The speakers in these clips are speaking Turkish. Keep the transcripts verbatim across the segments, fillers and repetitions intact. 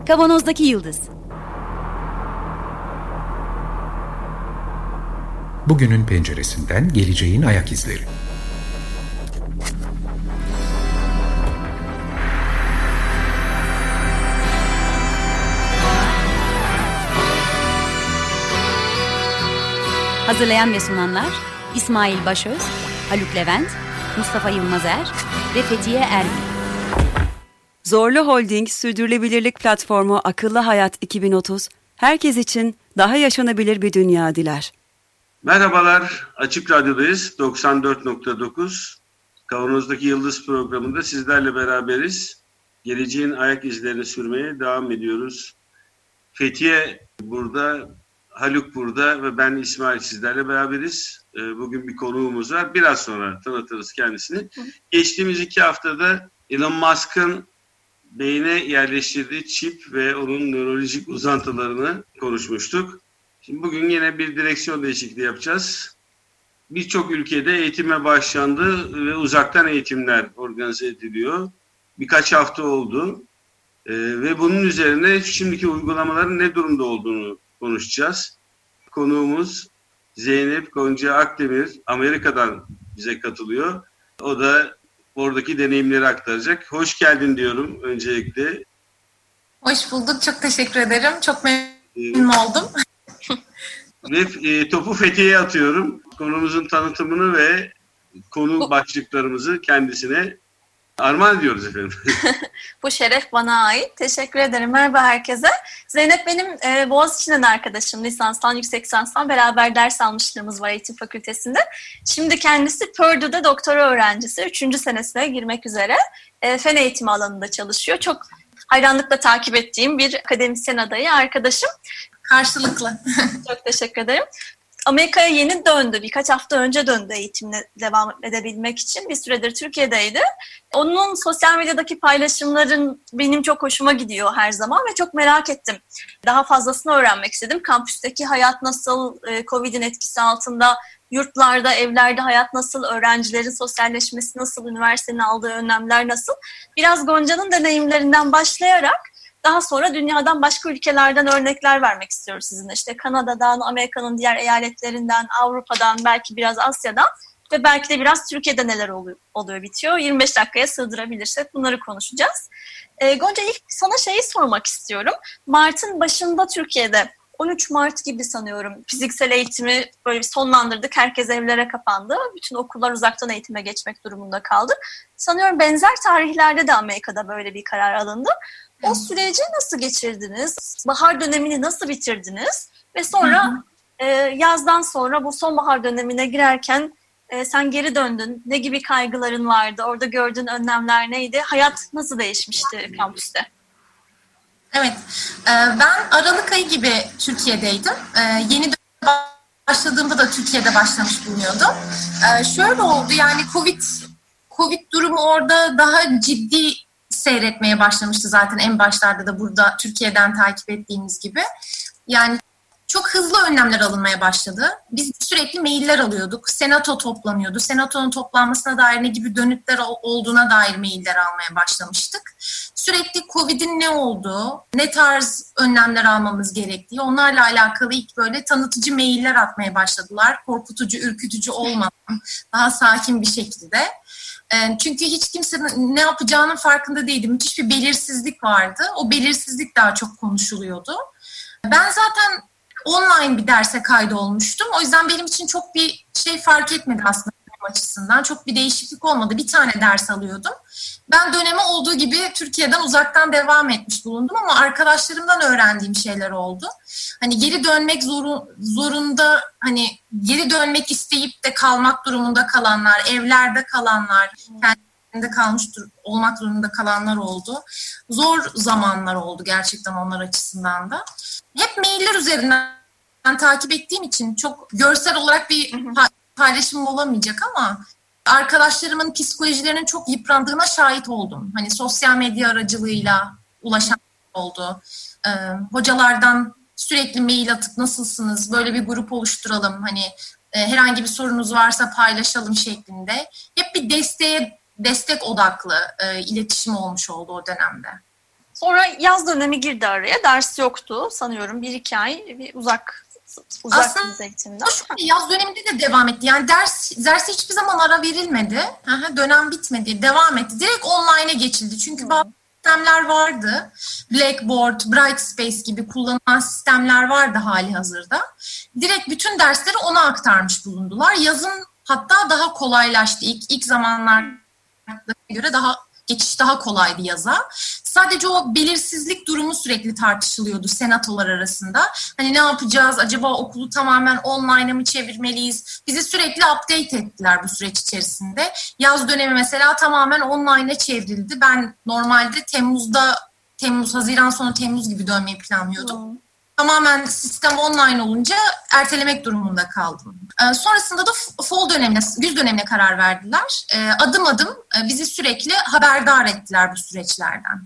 Kavanozdaki Yıldız. Bugünün penceresinden geleceğin ayak izleri. Hazırlayan ve sunanlar İsmail Başöz, Haluk Levent, Mustafa Yılmazer ve Fethiye Erbil. Zorlu Holding Sürdürülebilirlik Platformu Akıllı Hayat iki bin otuz, herkes için daha yaşanabilir bir dünya diler. Merhabalar, Açık Radyo'dayız. doksan dört nokta dokuz Kavanoz'daki Yıldız programında sizlerle beraberiz. Geleceğin ayak izlerini sürmeye devam ediyoruz. Fethiye burada, Haluk burada ve ben İsmail sizlerle beraberiz. Bugün bir konuğumuz var. Biraz sonra tanıtırız kendisini. Geçtiğimiz iki haftada Elon Musk'ın beyne yerleştirdiği çip ve onun nörolojik uzantılarını konuşmuştuk. Şimdi bugün yine bir direksiyon değişikliği yapacağız. Birçok ülkede eğitime başlandı ve uzaktan eğitimler organize ediliyor. Birkaç hafta oldu ee, ve bunun üzerine şimdiki uygulamaların ne durumda olduğunu konuşacağız. Konuğumuz Zeynep Gonca Akdemir Amerika'dan bize katılıyor. O da oradaki deneyimleri aktaracak. Hoş geldin diyorum öncelikle. Hoş bulduk. Çok teşekkür ederim. Çok memnun ee, oldum. Ve e, topu Fethiye'ye atıyorum. Konumuzun tanıtımını ve konu Bu... başlıklarımızı kendisine armağan ediyoruz efendim. Bu şeref bana ait. Teşekkür ederim. Merhaba herkese. Zeynep benim e, Boğaziçi'nden arkadaşım. Lisanstan, yüksek lisanstan beraber ders almışlığımız var eğitim fakültesinde. Şimdi kendisi Purdue'da doktora öğrencisi. Üçüncü senesine girmek üzere. E, fen eğitimi alanında çalışıyor. Çok hayranlıkla takip ettiğim bir akademisyen adayı arkadaşım. Karşılıklı. Çok teşekkür ederim. Amerika'ya yeni döndü. Birkaç hafta önce döndü eğitimine devam edebilmek için. Bir süredir Türkiye'deydi. Onun sosyal medyadaki paylaşımların benim çok hoşuma gidiyor her zaman ve çok merak ettim. Daha fazlasını öğrenmek istedim. Kampüsteki hayat nasıl, Covid'in etkisi altında yurtlarda, evlerde hayat nasıl, öğrencilerin sosyalleşmesi nasıl, üniversitenin aldığı önlemler nasıl? Biraz Gonca'nın deneyimlerinden başlayarak daha sonra dünyadan başka ülkelerden örnekler vermek istiyoruz sizinle. İşte Kanada'dan, Amerika'nın diğer eyaletlerinden, Avrupa'dan, belki biraz Asya'dan ve belki de biraz Türkiye'de neler oluyor, oluyor bitiyor. yirmi beş dakikaya sığdırabilirsek bunları konuşacağız. E, Gonca, ilk sana şeyi sormak istiyorum. Mart'ın başında Türkiye'de, on üç Mart gibi sanıyorum, fiziksel eğitimi böyle bir sonlandırdık. Herkes evlere kapandı. Bütün okullar uzaktan eğitime geçmek durumunda kaldı. Sanıyorum benzer tarihlerde de Amerika'da böyle bir karar alındı. O süreci nasıl geçirdiniz? Bahar dönemini nasıl bitirdiniz? Ve sonra e, yazdan sonra bu sonbahar dönemine girerken e, sen geri döndün. Ne gibi kaygıların vardı? Orada gördüğün önlemler neydi? Hayat nasıl değişmişti kampüste? Evet, e, ben Aralık ayı gibi Türkiye'deydim. E, yeni dönem başladığımda da Türkiye'de başlamış bulunuyordum. E, şöyle oldu, yani Covid, Covid durumu orada daha ciddi seyretmeye başlamıştı zaten en başlarda da burada Türkiye'den takip ettiğimiz gibi. Yani çok hızlı önlemler alınmaya başladı. Biz sürekli mailler alıyorduk. Senato toplanıyordu. Senatonun toplanmasına dair ne gibi dönütler olduğuna dair mailler almaya başlamıştık. Sürekli Covid'in ne olduğu, ne tarz önlemler almamız gerektiği, onlarla alakalı ilk böyle tanıtıcı mailler atmaya başladılar. Korkutucu, ürkütücü olmadan, daha sakin bir şekilde. Çünkü hiç kimsenin ne yapacağının farkında değildi. Müthiş bir belirsizlik vardı. O belirsizlik daha çok konuşuluyordu. Ben zaten online bir derse kaydolmuştum. O yüzden benim için çok bir şey fark etmedi aslında benim açısından. Çok bir değişiklik olmadı. Bir tane ders alıyordum. Ben döneme olduğu gibi Türkiye'den uzaktan devam etmiş bulundum ama arkadaşlarımdan öğrendiğim şeyler oldu. Hani geri dönmek zoru, zorunda, hani geri dönmek isteyip de kalmak durumunda kalanlar, evlerde kalanlar, kendinde kalmış olmak durumunda kalanlar oldu. Zor zamanlar oldu gerçekten onlar açısından da. Hep mailler üzerinden takip ettiğim için çok görsel olarak bir paylaşım olamayacak ama arkadaşlarımın psikolojilerinin çok yıprandığına şahit oldum. Hani sosyal medya aracılığıyla ulaşan oldu. Ee, hocalardan sürekli mail atıp nasılsınız, böyle bir grup oluşturalım, hani e, herhangi bir sorunuz varsa paylaşalım şeklinde. Hep bir desteğe, destek odaklı e, iletişim olmuş oldu o dönemde. Sonra yaz dönemi girdi araya. Ders yoktu sanıyorum. Bir iki ay bir uzak uzak Aslında eğitimden. yaz döneminde de devam etti. Yani ders derse hiçbir zaman ara verilmedi. Hı-hı, dönem bitmedi. Devam etti. Direkt online'a geçildi. Çünkü bazı sistemler vardı. Blackboard, Brightspace gibi kullanılan sistemler vardı hali hazırda. Direkt bütün dersleri ona aktarmış bulundular. Yazın hatta daha kolaylaştı. İlk, ilk zamanlara göre daha geçiş daha kolaydı yaza. Sadece o belirsizlik durumu sürekli tartışılıyordu senatolar arasında. Hani ne yapacağız? Acaba okulu tamamen online'a mı çevirmeliyiz? Bizi sürekli update ettiler bu süreç içerisinde. Yaz dönemi mesela tamamen online'a çevrildi. Ben normalde Temmuz'da, Temmuz, Haziran sonu Temmuz gibi dönmeyi planlıyordum. Hmm. Tamamen sistem online olunca ertelemek durumunda kaldım. Ee, sonrasında da fall dönemine, güz dönemine karar verdiler. Ee, adım adım e, bizi sürekli haberdar ettiler bu süreçlerden.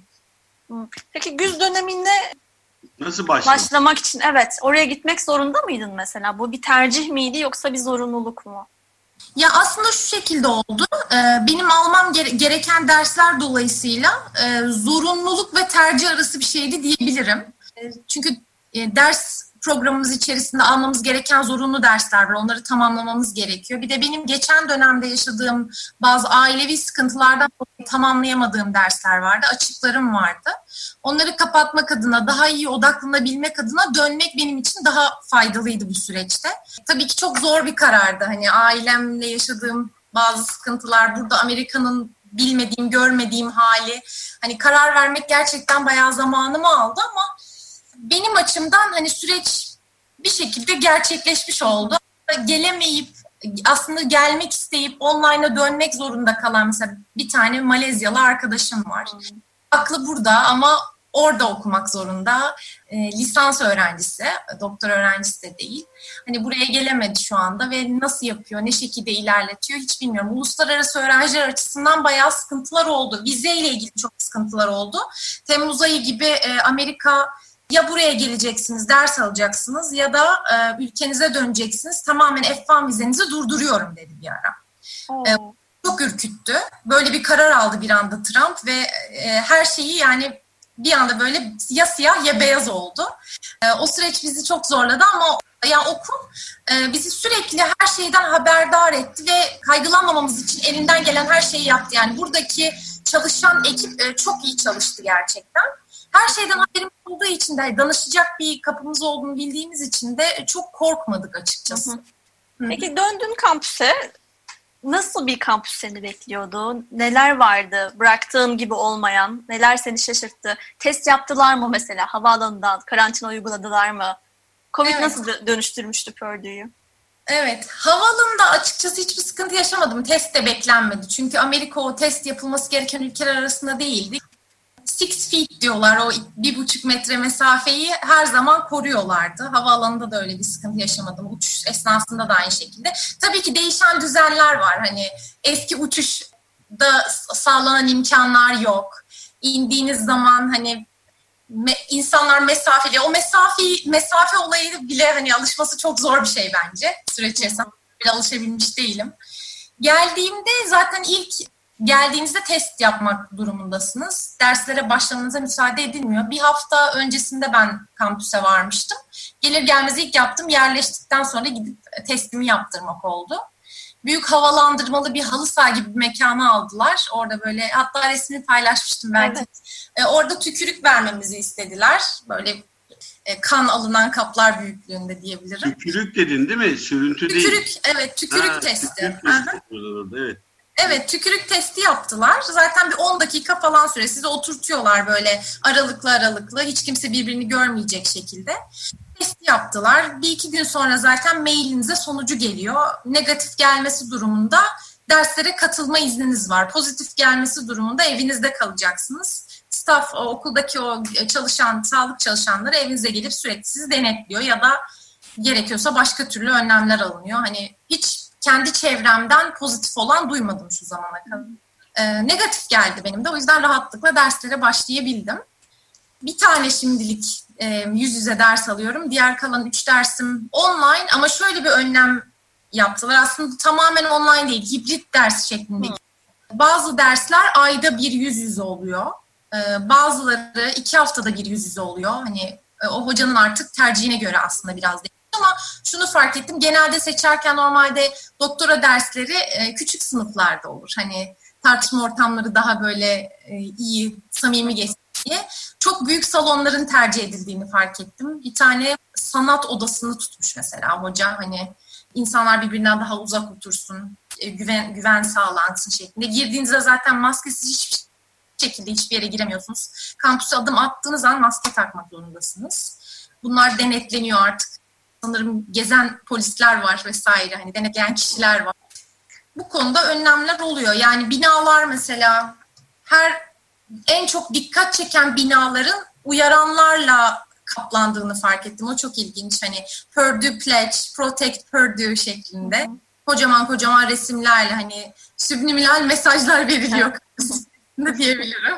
Peki güz döneminde nasıl başlamak? başlamak için evet oraya gitmek zorunda mıydın mesela? Bu bir tercih miydi yoksa bir zorunluluk mu? Ya aslında şu şekilde oldu. Ee, benim almam gere- gereken dersler dolayısıyla e, zorunluluk ve tercih arası bir şeydi diyebilirim. E, çünkü e, ders programımız içerisinde almamız gereken zorunlu dersler var. Onları tamamlamamız gerekiyor. Bir de benim geçen dönemde yaşadığım bazı ailevi sıkıntılardan tamamlayamadığım dersler vardı. Açıklarım vardı. Onları kapatmak adına, daha iyi odaklanabilmek adına dönmek benim için daha faydalıydı bu süreçte. Tabii ki çok zor bir karardı. Hani ailemle yaşadığım bazı sıkıntılar, burada Amerika'nın bilmediğim, görmediğim hali. Hani karar vermek gerçekten bayağı zamanımı aldı ama benim açımdan hani süreç bir şekilde gerçekleşmiş oldu. Gelemeyip aslında gelmek isteyip online'a dönmek zorunda kalan mesela bir tane Malezyalı arkadaşım var. Hmm. Aklı burada ama orada okumak zorunda. E, lisans öğrencisi, doktor öğrencisi de değil. Hani buraya gelemedi şu anda ve nasıl yapıyor, ne şekilde ilerletiyor hiç bilmiyorum. Uluslararası öğrenciler açısından bayağı sıkıntılar oldu. Vizeyle ilgili çok sıkıntılar oldu. Temmuz ayı gibi e, Amerika ya buraya geleceksiniz, ders alacaksınız ya da e, ülkenize döneceksiniz. Tamamen F bir vizenizi durduruyorum dedi bir ara. E, çok ürküttü. Böyle bir karar aldı bir anda Trump ve e, her şeyi yani bir anda böyle ya siyah ya beyaz oldu. E, o süreç bizi çok zorladı ama yani okul e, bizi sürekli her şeyden haberdar etti ve kaygılanmamamız için elinden gelen her şeyi yaptı. Yani buradaki çalışan ekip e, çok iyi çalıştı gerçekten. Her şeyden haberimiz olduğu için de danışacak bir kapımız olduğunu bildiğimiz için de çok korkmadık açıkçası. Hı hı. Peki döndün kampüse. Nasıl bir kampüs seni bekliyordu? Neler vardı? Bıraktığın gibi olmayan, neler seni şaşırttı? Test yaptılar mı mesela? Havaalanından karantina uyguladılar mı? Covid evet. Nasıl dönüştürmüştü Purdue'yu? Evet, havaalanında açıkçası hiçbir sıkıntı yaşamadım. Test de beklenmedi. Çünkü Amerika o test yapılması gereken ülkeler arasında değildi. Six feet diyorlar, o bir buçuk metre mesafeyi her zaman koruyorlardı. Havaalanında da öyle bir sıkıntı yaşamadım. Uçuş esnasında da aynı şekilde. Tabii ki değişen düzenler var. Hani eski uçuşda sağlanan imkanlar yok. İndiğiniz zaman hani me, insanlar mesafeli. O mesafe mesafe olayı bile hani alışması çok zor bir şey bence. Süreç içerisinde bile alışabilmiş değilim. Geldiğimde zaten ilk Geldiğinizde test yapmak durumundasınız. Derslere başlamanıza müsaade edilmiyor. Bir hafta öncesinde ben kampüse varmıştım. Gelir gelmez ilk yaptım. Yerleştikten sonra gidip testimi yaptırmak oldu. Büyük havalandırmalı bir halı saha gibi bir mekanı aldılar. Orada böyle hatta resmini paylaşmıştım belki. Evet. Ee, orada tükürük vermemizi istediler. Böyle e, kan alınan kaplar büyüklüğünde diyebilirim. Tükürük dedin değil mi? Sürüntü tükürük, değil. Tükürük, evet tükürük ha, testi. Tükürük testi orada, evet. Evet, tükürük testi yaptılar. Zaten bir on dakika falan süre sizi oturtuyorlar böyle aralıklı aralıklı. Hiç kimse birbirini görmeyecek şekilde. Testi yaptılar. Bir iki gün sonra zaten mailinize sonucu geliyor. Negatif gelmesi durumunda derslere katılma izniniz var. Pozitif gelmesi durumunda evinizde kalacaksınız. Staff, o okuldaki o çalışan, sağlık çalışanları evinize gelip sürekli sizi denetliyor ya da gerekiyorsa başka türlü önlemler alınıyor. Hani hiç kendi çevremden pozitif olan duymadım şu zamana kadar. Ee, negatif geldi benim de. O yüzden rahatlıkla derslere başlayabildim. Bir tane şimdilik e, yüz yüze ders alıyorum. Diğer kalan üç dersim online ama şöyle bir önlem yaptılar. Aslında tamamen online değil, hibrit ders şeklinde. Hmm. Bazı dersler ayda bir yüz yüze oluyor. Ee, bazıları iki haftada bir yüz yüze oluyor. Hani e, o hocanın artık tercihine göre aslında biraz değişiyor. Ama şunu fark ettim. Genelde seçerken normalde doktora dersleri e, küçük sınıflarda olur. Hani tartışma ortamları daha böyle e, iyi, samimi geçsin diye. Çok büyük salonların tercih edildiğini fark ettim. Bir tane sanat odasını tutmuş mesela hoca. Hani insanlar birbirinden daha uzak otursun, e, güven güven sağlansın şeklinde. Girdiğinizde zaten maskesiz hiçbir şekilde hiçbir yere giremiyorsunuz. Kampüse adım attığınız an maske takmak zorundasınız. Bunlar denetleniyor artık. Sanırım gezen polisler var vesaire. Hani denetleyen kişiler var. Bu konuda önlemler oluyor. Yani binalar mesela her en çok dikkat çeken binaların uyaranlarla kaplandığını fark ettim. O çok ilginç. Hani Purdue Pledge, Protect Purdue şeklinde. Hı hı. Kocaman kocaman resimlerle hani subliminal mesajlar veriliyor diyebilirim.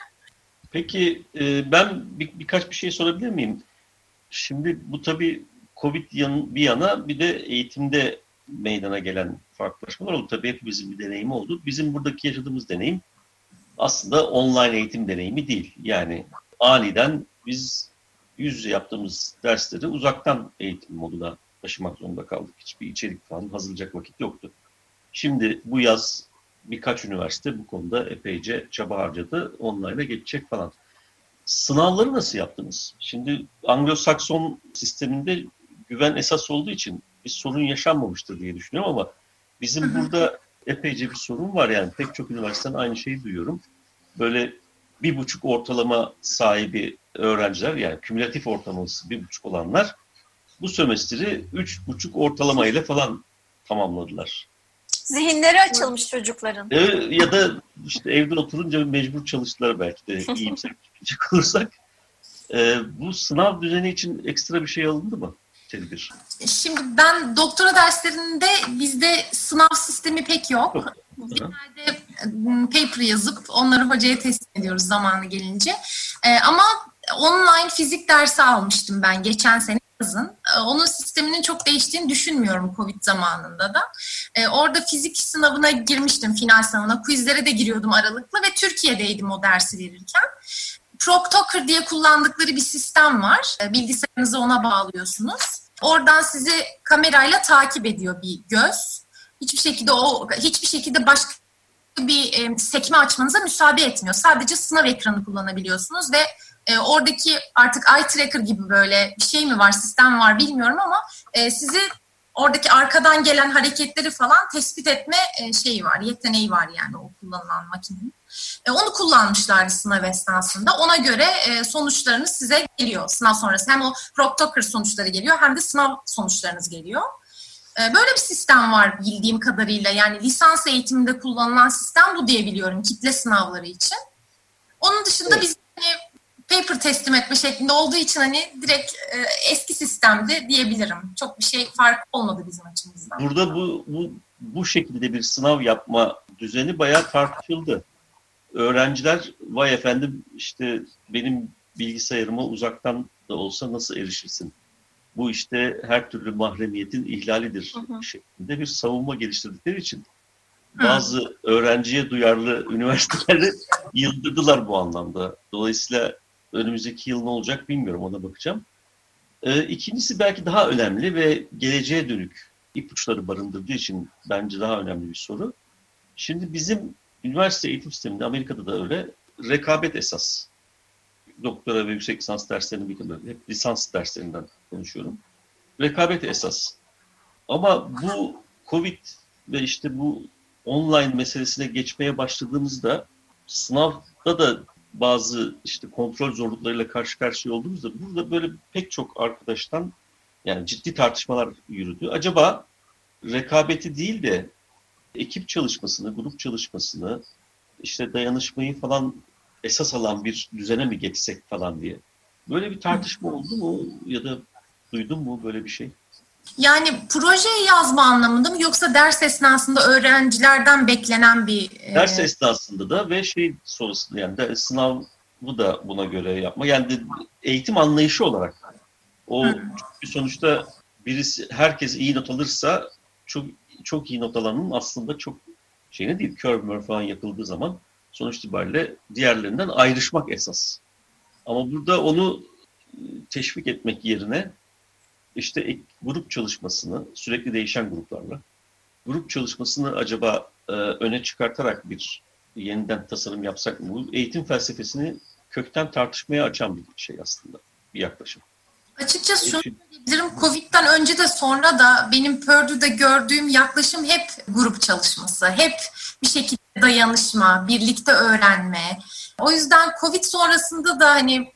Peki ben bir, birkaç bir şey sorabilir miyim? Şimdi bu tabii Covid yan, bir yana bir de eğitimde meydana gelen farklılaşmalar oldu. Tabii hepimizin bir deneyimi oldu. Bizim buradaki yaşadığımız deneyim aslında online eğitim deneyimi değil. Yani aniden biz yüz yüze yaptığımız dersleri uzaktan eğitim moduna taşımak zorunda kaldık. Hiçbir içerik falan hazırlayacak vakit yoktu. Şimdi bu yaz birkaç üniversite bu konuda epeyce çaba harcadı. Online'a geçecek falan. Sınavları nasıl yaptınız? Şimdi Anglo-Sakson sisteminde güven esas olduğu için bir sorun yaşanmamıştır diye düşünüyorum ama bizim hı hı. burada epeyce bir sorun var. Yani pek çok üniversiteden aynı şeyi duyuyorum. Böyle bir buçuk ortalama sahibi öğrenciler, yani kümülatif ortalaması bir buçuk olanlar bu sömestri üç buçuk ortalama ile falan tamamladılar. Zihinleri açılmış çocukların. Ee, ya da işte evde oturunca mecbur çalıştılar belki de iyimser gidecek olursak. Ee, bu sınav düzeni için ekstra bir şey alındı mı? Tedbir. Şimdi ben doktora derslerinde bizde sınav sistemi pek yok. yok. Genelde paper yazıp onları hocaya teslim ediyoruz zamanı gelince. Ee, ama online fizik dersi almıştım ben geçen sene yazın. Ee, onun sisteminin çok değiştiğini düşünmüyorum Covid zamanında da. Ee, orada fizik sınavına girmiştim, final sınavına. Quizlere de giriyordum aralıklı ve Türkiye'deydim o dersi verirken. Proctoker diye kullandıkları bir sistem var. Bilgisayarınızı ona bağlıyorsunuz. Oradan sizi kamerayla takip ediyor bir göz. Hiçbir şekilde o hiçbir şekilde başka bir e, sekme açmanıza müsaade etmiyor. Sadece sınav ekranı kullanabiliyorsunuz ve e, oradaki artık eye tracker gibi böyle bir şey mi var, sistem var bilmiyorum ama e, sizi oradaki arkadan gelen hareketleri falan tespit etme e, şeyi var, yeteneği var yani o kullanılan makinenin. E, onu kullanmışlardı sınav esnasında. Ona göre e, sonuçlarınız size geliyor sınav sonrası. Hem o Proctoker sonuçları geliyor hem de sınav sonuçlarınız geliyor. E, böyle bir sistem var bildiğim kadarıyla. Yani lisans eğitiminde kullanılan sistem bu diye biliyorum kitle sınavları için. Onun dışında evet. Biz hani paper teslim etme şeklinde olduğu için hani direkt e, eski sistemde diyebilirim. Çok bir şey farkı olmadı bizim açımızdan. Burada bu bu bu şekilde bir sınav yapma düzeni bayağı tartışıldı. Öğrenciler vay efendim işte benim bilgisayarıma uzaktan da olsa nasıl erişirsin? Bu işte her türlü mahremiyetin ihlalidir hı hı. şeklinde bir savunma geliştirdikleri için hı. bazı öğrenciye duyarlı üniversiteleri yıldırdılar bu anlamda. Dolayısıyla önümüzdeki yıl ne olacak bilmiyorum, ona bakacağım. Ee, ikincisi belki daha önemli ve geleceğe dönük ipuçları barındırdığı için bence daha önemli bir soru. Şimdi bizim üniversite eğitim sisteminde, Amerika'da da öyle, rekabet esas. Doktora ve yüksek lisans derslerinin bir kadar, hep lisans derslerinden konuşuyorum. Rekabet esas. Ama bu Covid ve işte bu online meselesine geçmeye başladığımızda sınavda da bazı işte kontrol zorluklarıyla karşı karşıya olduğumuzda burada böyle pek çok arkadaştan yani ciddi tartışmalar yürüdü. Acaba rekabeti değil de ekip çalışmasını, grup çalışmasını, işte dayanışmayı falan esas alan bir düzene mi geçsek falan diye. Böyle bir tartışma oldu mu ya da duydun mu böyle bir şey? Yani projeyi yazma anlamında mı yoksa ders esnasında öğrencilerden beklenen bir... Ders e... esnasında da ve şey sonrasında yani de, sınavı da buna göre yapma. Yani de, eğitim anlayışı olarak o bir sonuçta birisi herkes iyi not alırsa çok çok iyi not alanın aslında çok şeyine değil, curve falan yapıldığı zaman sonuç itibariyle diğerlerinden ayrışmak esas. Ama burada onu teşvik etmek yerine işte grup çalışmasını, sürekli değişen gruplarla, grup çalışmasını acaba e, öne çıkartarak bir yeniden tasarım yapsak mı? Bu eğitim felsefesini kökten tartışmaya açan bir şey aslında, bir yaklaşım. Açıkçası şunu diyebilirim, Covid'den önce de sonra da benim Purdue'da gördüğüm yaklaşım hep grup çalışması, hep bir şekilde dayanışma, birlikte öğrenme. O yüzden Covid sonrasında da hani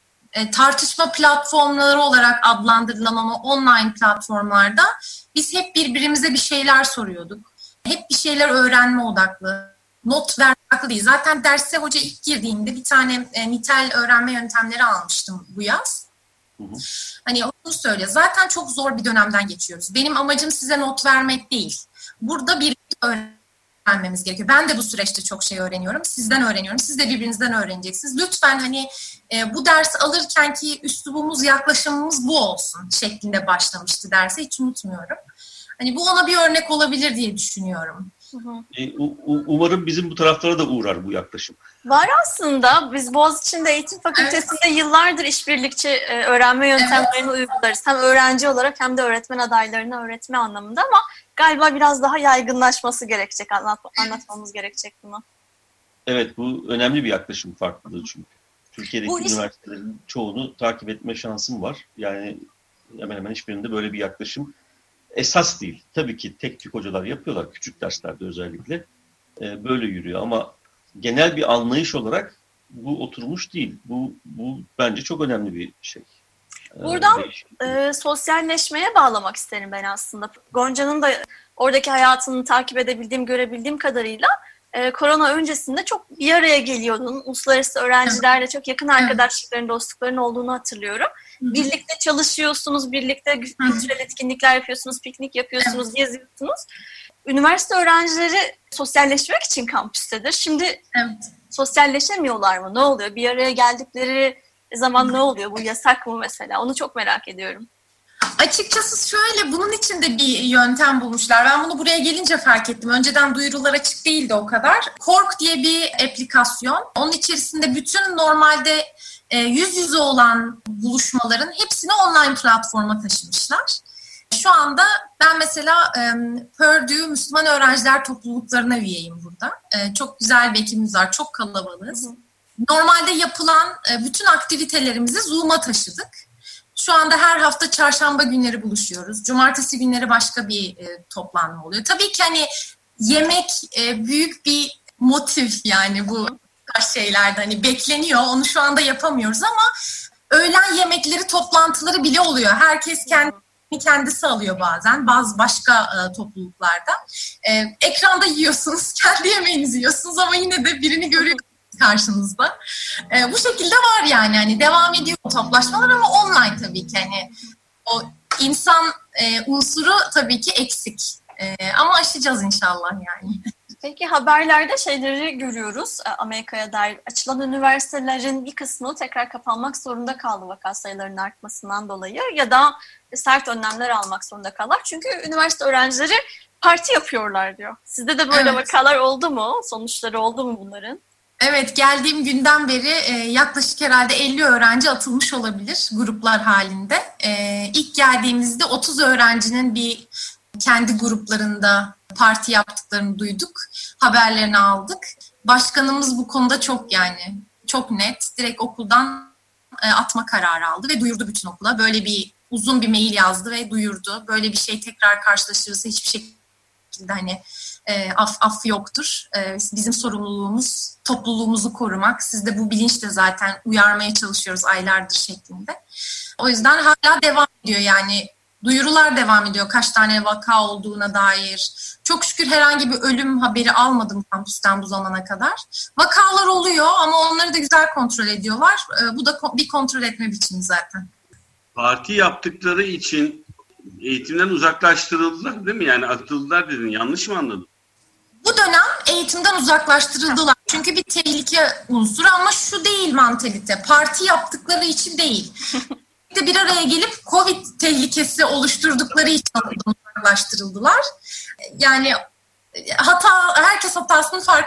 e, tartışma platformları olarak adlandırılan ama online platformlarda biz hep birbirimize bir şeyler soruyorduk. Hep bir şeyler öğrenme odaklı, not verme odaklı değil. Zaten derse hoca ilk girdiğinde bir tane e, nitel öğrenme yöntemleri almıştım bu yaz. Hı hı. Hani onu söyle. Zaten çok zor bir dönemden geçiyoruz. Benim amacım size not vermek değil. Burada birlikte öğrenmemiz gerekiyor. Ben de bu süreçte çok şey öğreniyorum. Sizden öğreniyorum. Siz de birbirinizden öğreneceksiniz. Lütfen hani e, bu dersi alırken ki üslubumuz, yaklaşımımız bu olsun şeklinde başlamıştı derse. Hiç unutmuyorum. Hani bu ona bir örnek olabilir diye düşünüyorum. Hı hı. E, umarım bizim bu taraflara da uğrar bu yaklaşım. Var aslında. Biz Boğaziçi'nde Eğitim Fakültesi'nde evet. yıllardır işbirlikçi e, öğrenme yöntemlerini evet. uygularız. Hem öğrenci olarak hem de öğretmen adaylarına öğretme anlamında ama galiba biraz daha yaygınlaşması gerekecek, anlat, anlatmamız gerekecek bunu. Evet, bu önemli bir yaklaşım farklılığı çünkü. Türkiye'deki bu üniversitelerin iş... çoğunu takip etme şansım var. Yani hemen hemen hiçbirinde böyle bir yaklaşım esas değil. Tabii ki tek tük hocalar yapıyorlar, küçük derslerde özellikle. E, böyle yürüyor ama genel bir anlayış olarak bu oturmuş değil. Bu, bu bence çok önemli bir şey. Buradan e, sosyalleşmeye bağlamak isterim ben aslında. Gonca'nın da oradaki hayatını takip edebildiğim, görebildiğim kadarıyla e, korona öncesinde çok bir araya geliyordun. Uluslararası öğrencilerle çok yakın arkadaşlıkların, dostlukların olduğunu hatırlıyorum. Hı-hı. Birlikte çalışıyorsunuz, birlikte kültürel etkinlikler yapıyorsunuz, piknik yapıyorsunuz, evet. geziyorsunuz. Üniversite öğrencileri sosyalleşmek için kampüstedir. Şimdi evet. sosyalleşemiyorlar mı? Ne oluyor? Bir araya geldikleri zaman ne oluyor? Bu yasak mı mesela? Onu çok merak ediyorum. Açıkçası şöyle, bunun için de bir yöntem bulmuşlar. Ben bunu buraya gelince fark ettim. Önceden duyurular açık değildi o kadar. Kork diye bir aplikasyon. Onun içerisinde bütün normalde e, yüz yüze olan buluşmaların hepsini online platforma taşımışlar. Şu anda ben mesela e, Purdue Müslüman Öğrenciler Topluluklarına üyeyim burada. E, çok güzel bir ekibimiz var. Çok kalabalığız. Hı hı. Normalde yapılan e, bütün aktivitelerimizi Zoom'a taşıdık. Şu anda her hafta çarşamba günleri buluşuyoruz. Cumartesi günleri başka bir e, toplanma oluyor. Tabii ki hani yemek e, büyük bir motif, yani bu tarz şeylerde hani bekleniyor. Onu şu anda yapamıyoruz ama öğlen yemekleri, toplantıları bile oluyor. Herkes kendi kendisi alıyor bazen, bazı başka e, topluluklarda. E, ekranda yiyorsunuz, kendi yemeğinizi yiyorsunuz ama yine de birini görüyorsunuz karşınızda. E, bu şekilde var yani. Hani devam ediyor toplaşmalar ama online tabii ki. Hani o insan e, unsuru tabii ki eksik. E, ama aşacağız inşallah yani. Peki haberlerde şeyleri görüyoruz. Amerika'ya dair açılan üniversitelerin bir kısmı tekrar kapanmak zorunda kaldı vaka sayılarının artmasından dolayı ya da sert önlemler almak zorunda kaldılar. Çünkü üniversite öğrencileri parti yapıyorlar diyor. Sizde de böyle evet. vakalar oldu mu? Sonuçları oldu mu bunların? Evet, geldiğim günden beri e, yaklaşık herhalde elli öğrenci atılmış olabilir gruplar halinde. E, ilk geldiğimizde otuz öğrencinin bir kendi gruplarında parti yaptıklarını duyduk. Haberlerini aldık. Başkanımız bu konuda çok yani çok net. Direkt okuldan e, atma kararı aldı ve duyurdu bütün okula. Böyle bir uzun bir mail yazdı ve duyurdu. Böyle bir şey tekrar karşılaşırsa hiçbir şekilde hani e, af, af yoktur. E, bizim sorumluluğumuz topluluğumuzu korumak. Siz de bu bilinçle zaten uyarmaya çalışıyoruz aylardır şeklinde. O yüzden hala devam ediyor yani. Duyurular devam ediyor kaç tane vaka olduğuna dair. Çok şükür herhangi bir ölüm haberi almadım kampüsten bu zamana kadar. Vakalar oluyor ama onları da güzel kontrol ediyorlar. Bu da bir kontrol etme biçimi zaten. Parti yaptıkları için eğitimden uzaklaştırıldılar değil mi? Yani atıldılar dedin. Yanlış mı anladım? Bu dönem eğitimden uzaklaştırıldılar. Çünkü bir tehlike unsuru ama şu değil mantalite. Parti yaptıkları için değil. de bir araya gelip Covid tehlikesi oluşturdukları için uzaklaştırıldılar. Yani hata, herkes hatasının farkında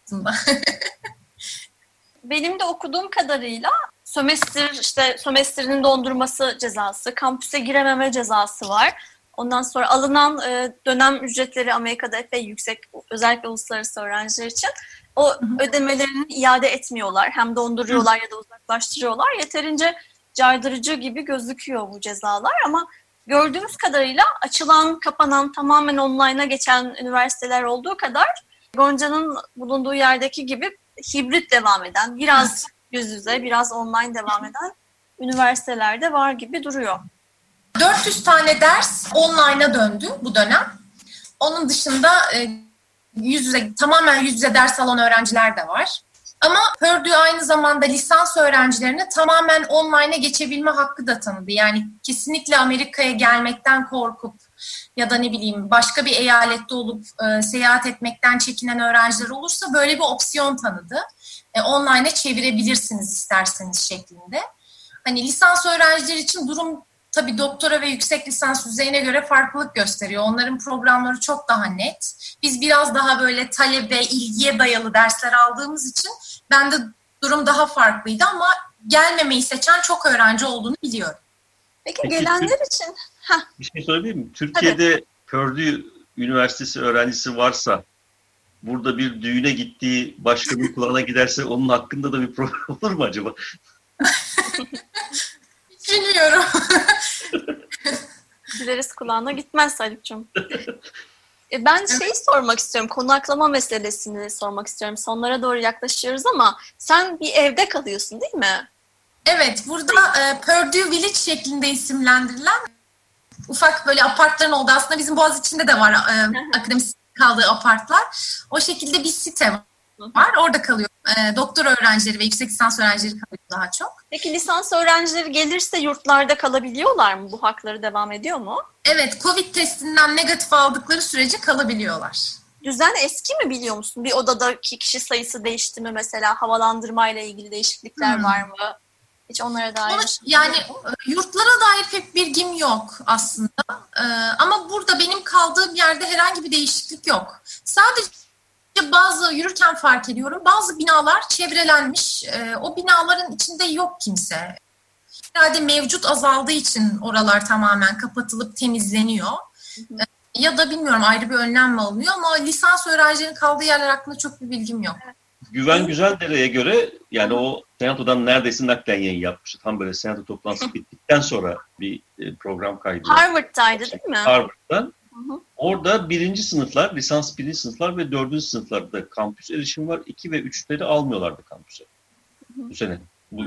aslında. Benim de okuduğum kadarıyla sömestr, işte sömestrinin dondurması cezası, kampüse girememe cezası var. Ondan sonra alınan dönem ücretleri Amerika'da epey yüksek, özellikle uluslararası öğrenciler için. O ödemelerini iade etmiyorlar. Hem donduruyorlar ya da uzaklaştırıyorlar. Yeterince caydırıcı gibi gözüküyor bu cezalar ama gördüğümüz kadarıyla açılan, kapanan, tamamen online'a geçen üniversiteler olduğu kadar Gonca'nın bulunduğu yerdeki gibi hibrit devam eden, biraz yüz yüze, biraz online devam eden üniversitelerde var gibi duruyor. dört yüz tane ders online'a döndü bu dönem. Onun dışında yüz yüze, tamamen yüz yüze ders alan öğrenciler de var. Ama Purdue aynı zamanda lisans öğrencilerine tamamen online'a geçebilme hakkı da tanıdı. Yani kesinlikle Amerika'ya gelmekten korkup ya da ne bileyim başka bir eyalette olup e, seyahat etmekten çekinen öğrenciler olursa böyle bir opsiyon tanıdı. E, online'a çevirebilirsiniz isterseniz şeklinde. Hani lisans öğrenciler için durum tabii doktora ve yüksek lisans düzeyine göre farklılık gösteriyor. Onların programları çok daha net. Biz biraz daha böyle talebe, ilgiye dayalı dersler aldığımız için bende durum daha farklıydı ama gelmemeyi seçen çok öğrenci olduğunu biliyorum. Peki, Peki gelenler Türk... için... Heh. Bir şey söyleyeyim mi? Türkiye'de Tabii. Purdue Üniversitesi öğrencisi varsa burada bir düğüne gittiği başkanın kulağına giderse onun hakkında da bir problem olur mu acaba? Bilmiyorum. Dileriz kulağına gitmez Haluk'cum. Ben şeyi sormak istiyorum, konaklama meselesini sormak istiyorum. Sonlara doğru yaklaşıyoruz ama sen bir evde kalıyorsun değil mi? Evet, burada e, Purdue Village şeklinde isimlendirilen ufak böyle apartların olduğu, aslında bizim Boğaziçi'nde de var e, akademisyen kaldığı apartlar. O şekilde bir site var, orada kalıyor. E, doktor öğrencileri ve yüksek lisans öğrencileri kalıyor daha çok. Peki lisans öğrencileri gelirse yurtlarda kalabiliyorlar mı? Bu hakları devam ediyor mu? Evet, Covid testinden negatif aldıkları sürece kalabiliyorlar. Düzen eski mi biliyor musun? Bir odadaki kişi sayısı değişti mi mesela? Havalandırmayla ilgili değişiklikler hmm. var mı? Hiç onlara dair. Ama, yani yurtlara dair pek bilgim yok aslında. Ee, ama burada benim kaldığım yerde herhangi bir değişiklik yok. Sadece bazı yürürken fark ediyorum. Bazı binalar çevrelenmiş. Ee, o binaların içinde yok kimse. Herhalde mevcut azaldığı için oralar tamamen kapatılıp temizleniyor. Ee, ya da bilmiyorum ayrı bir önlem mi alınıyor ama lisans öğrencilerin kaldığı yerler hakkında çok bir bilgim yok. Güven Güzeldere'ye göre yani o Senato'dan neredeyse naklen yayın yapmıştı. Tam böyle Senato toplantısı bittikten sonra bir program kaydı. Harvard'daydı değil mi? Harvard'dan. Hı hı. Orada birinci sınıflar, lisans birinci sınıflar ve dördüncü sınıflarda kampüs erişim var. İki ve üçleri almıyorlardı kampüse. Hı hı. Bu sene. Bu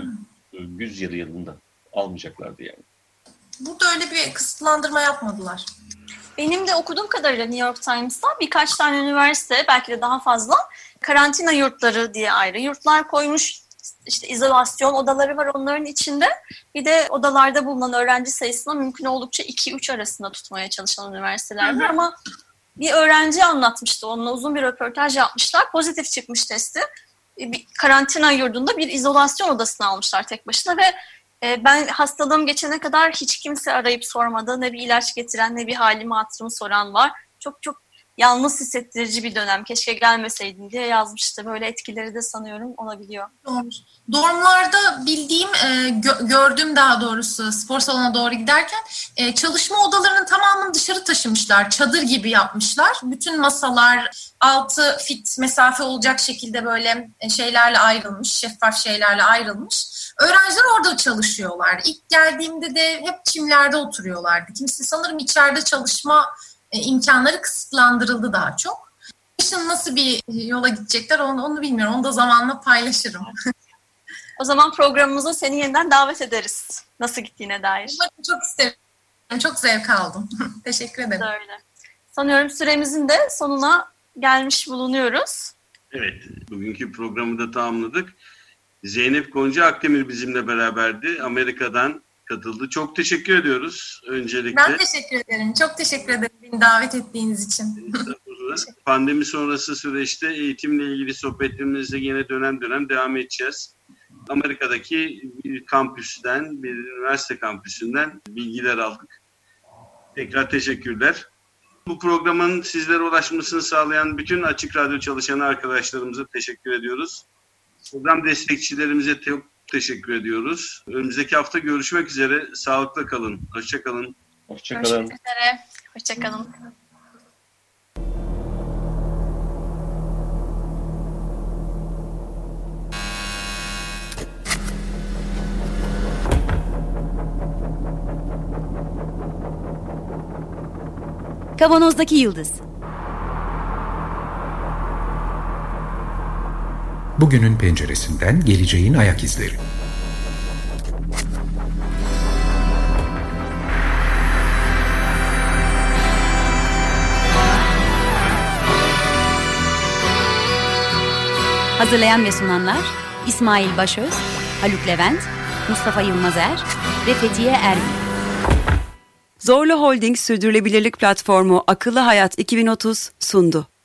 yüz yarı yılında almayacaklardı yani. Burada öyle bir kısıtlandırma yapmadılar. Benim de okuduğum kadarıyla New York Times'ta birkaç tane üniversite, belki de daha fazla, karantina yurtları diye ayrı yurtlar koymuş. İşte izolasyon odaları var onların içinde. Bir de odalarda bulunan öğrenci sayısını mümkün oldukça iki üç arasında tutmaya çalışan üniversiteler var. Ama bir öğrenci anlatmıştı, onunla uzun bir röportaj yapmışlar. Pozitif çıkmış testi. Bir karantina yurdunda bir izolasyon odasına almışlar tek başına ve ben hastalığım geçene kadar hiç kimse arayıp sormadı. Ne bir ilaç getiren, ne bir halimi hatırımı soran var. Çok çok yalnız hissettirici bir dönem. Keşke gelmeseydin diye yazmıştı. Böyle etkileri de sanıyorum olabiliyor. Doğru. Dormlarda bildiğim, e, gö- gördüğüm daha doğrusu spor salonuna doğru giderken e, çalışma odalarının tamamını dışarı taşımışlar. Çadır gibi yapmışlar. Bütün masalar altı fit mesafe olacak şekilde böyle şeylerle ayrılmış, şeffaf şeylerle ayrılmış. Öğrenciler orada çalışıyorlar. İlk geldiğimde de hep çimlerde oturuyorlardı. Kimisi sanırım içeride çalışma e, imkanları kısıtlandırıldı daha çok. Şimdi nasıl bir yola gidecekler onu, onu bilmiyorum. Onu da zamanla paylaşırım. O zaman programımıza seni yeniden davet ederiz. Nasıl gittiğine dair. Çok isterim. Çok zevk aldım. Teşekkür ederim. Öyle. Sanıyorum süremizin de sonuna gelmiş bulunuyoruz. Evet, bugünkü programı da tamamladık. Zeynep Gonca Akdemir bizimle beraberdi. Amerika'dan katıldı. Çok teşekkür ediyoruz öncelikle. Ben teşekkür ederim. Çok teşekkür ederim beni davet ettiğiniz için. Pandemi sonrası süreçte eğitimle ilgili sohbetlerimizde yine dönem dönem devam edeceğiz. Amerika'daki bir kampüsten, bir üniversite kampüsünden bilgiler aldık. Tekrar teşekkürler. Bu programın sizlere ulaşmasını sağlayan bütün Açık Radyo çalışan arkadaşlarımıza teşekkür ediyoruz. Program destekçilerimize çok teşekkür ediyoruz. Önümüzdeki hafta görüşmek üzere. Sağlıkla kalın. Hoşça kalın. Hoşça kalın. Görüşmek üzere. Hoşça kalın. Kavanozdaki Yıldız. Bugünün penceresinden geleceğin ayak izleri. Hazırlayan ve sunanlar İsmail Başöz, Haluk Levent, Mustafa Yılmazer ve Fethiye Erbil. Zorlu Holding Sürdürülebilirlik Platformu Akıllı Hayat iki bin otuz sundu.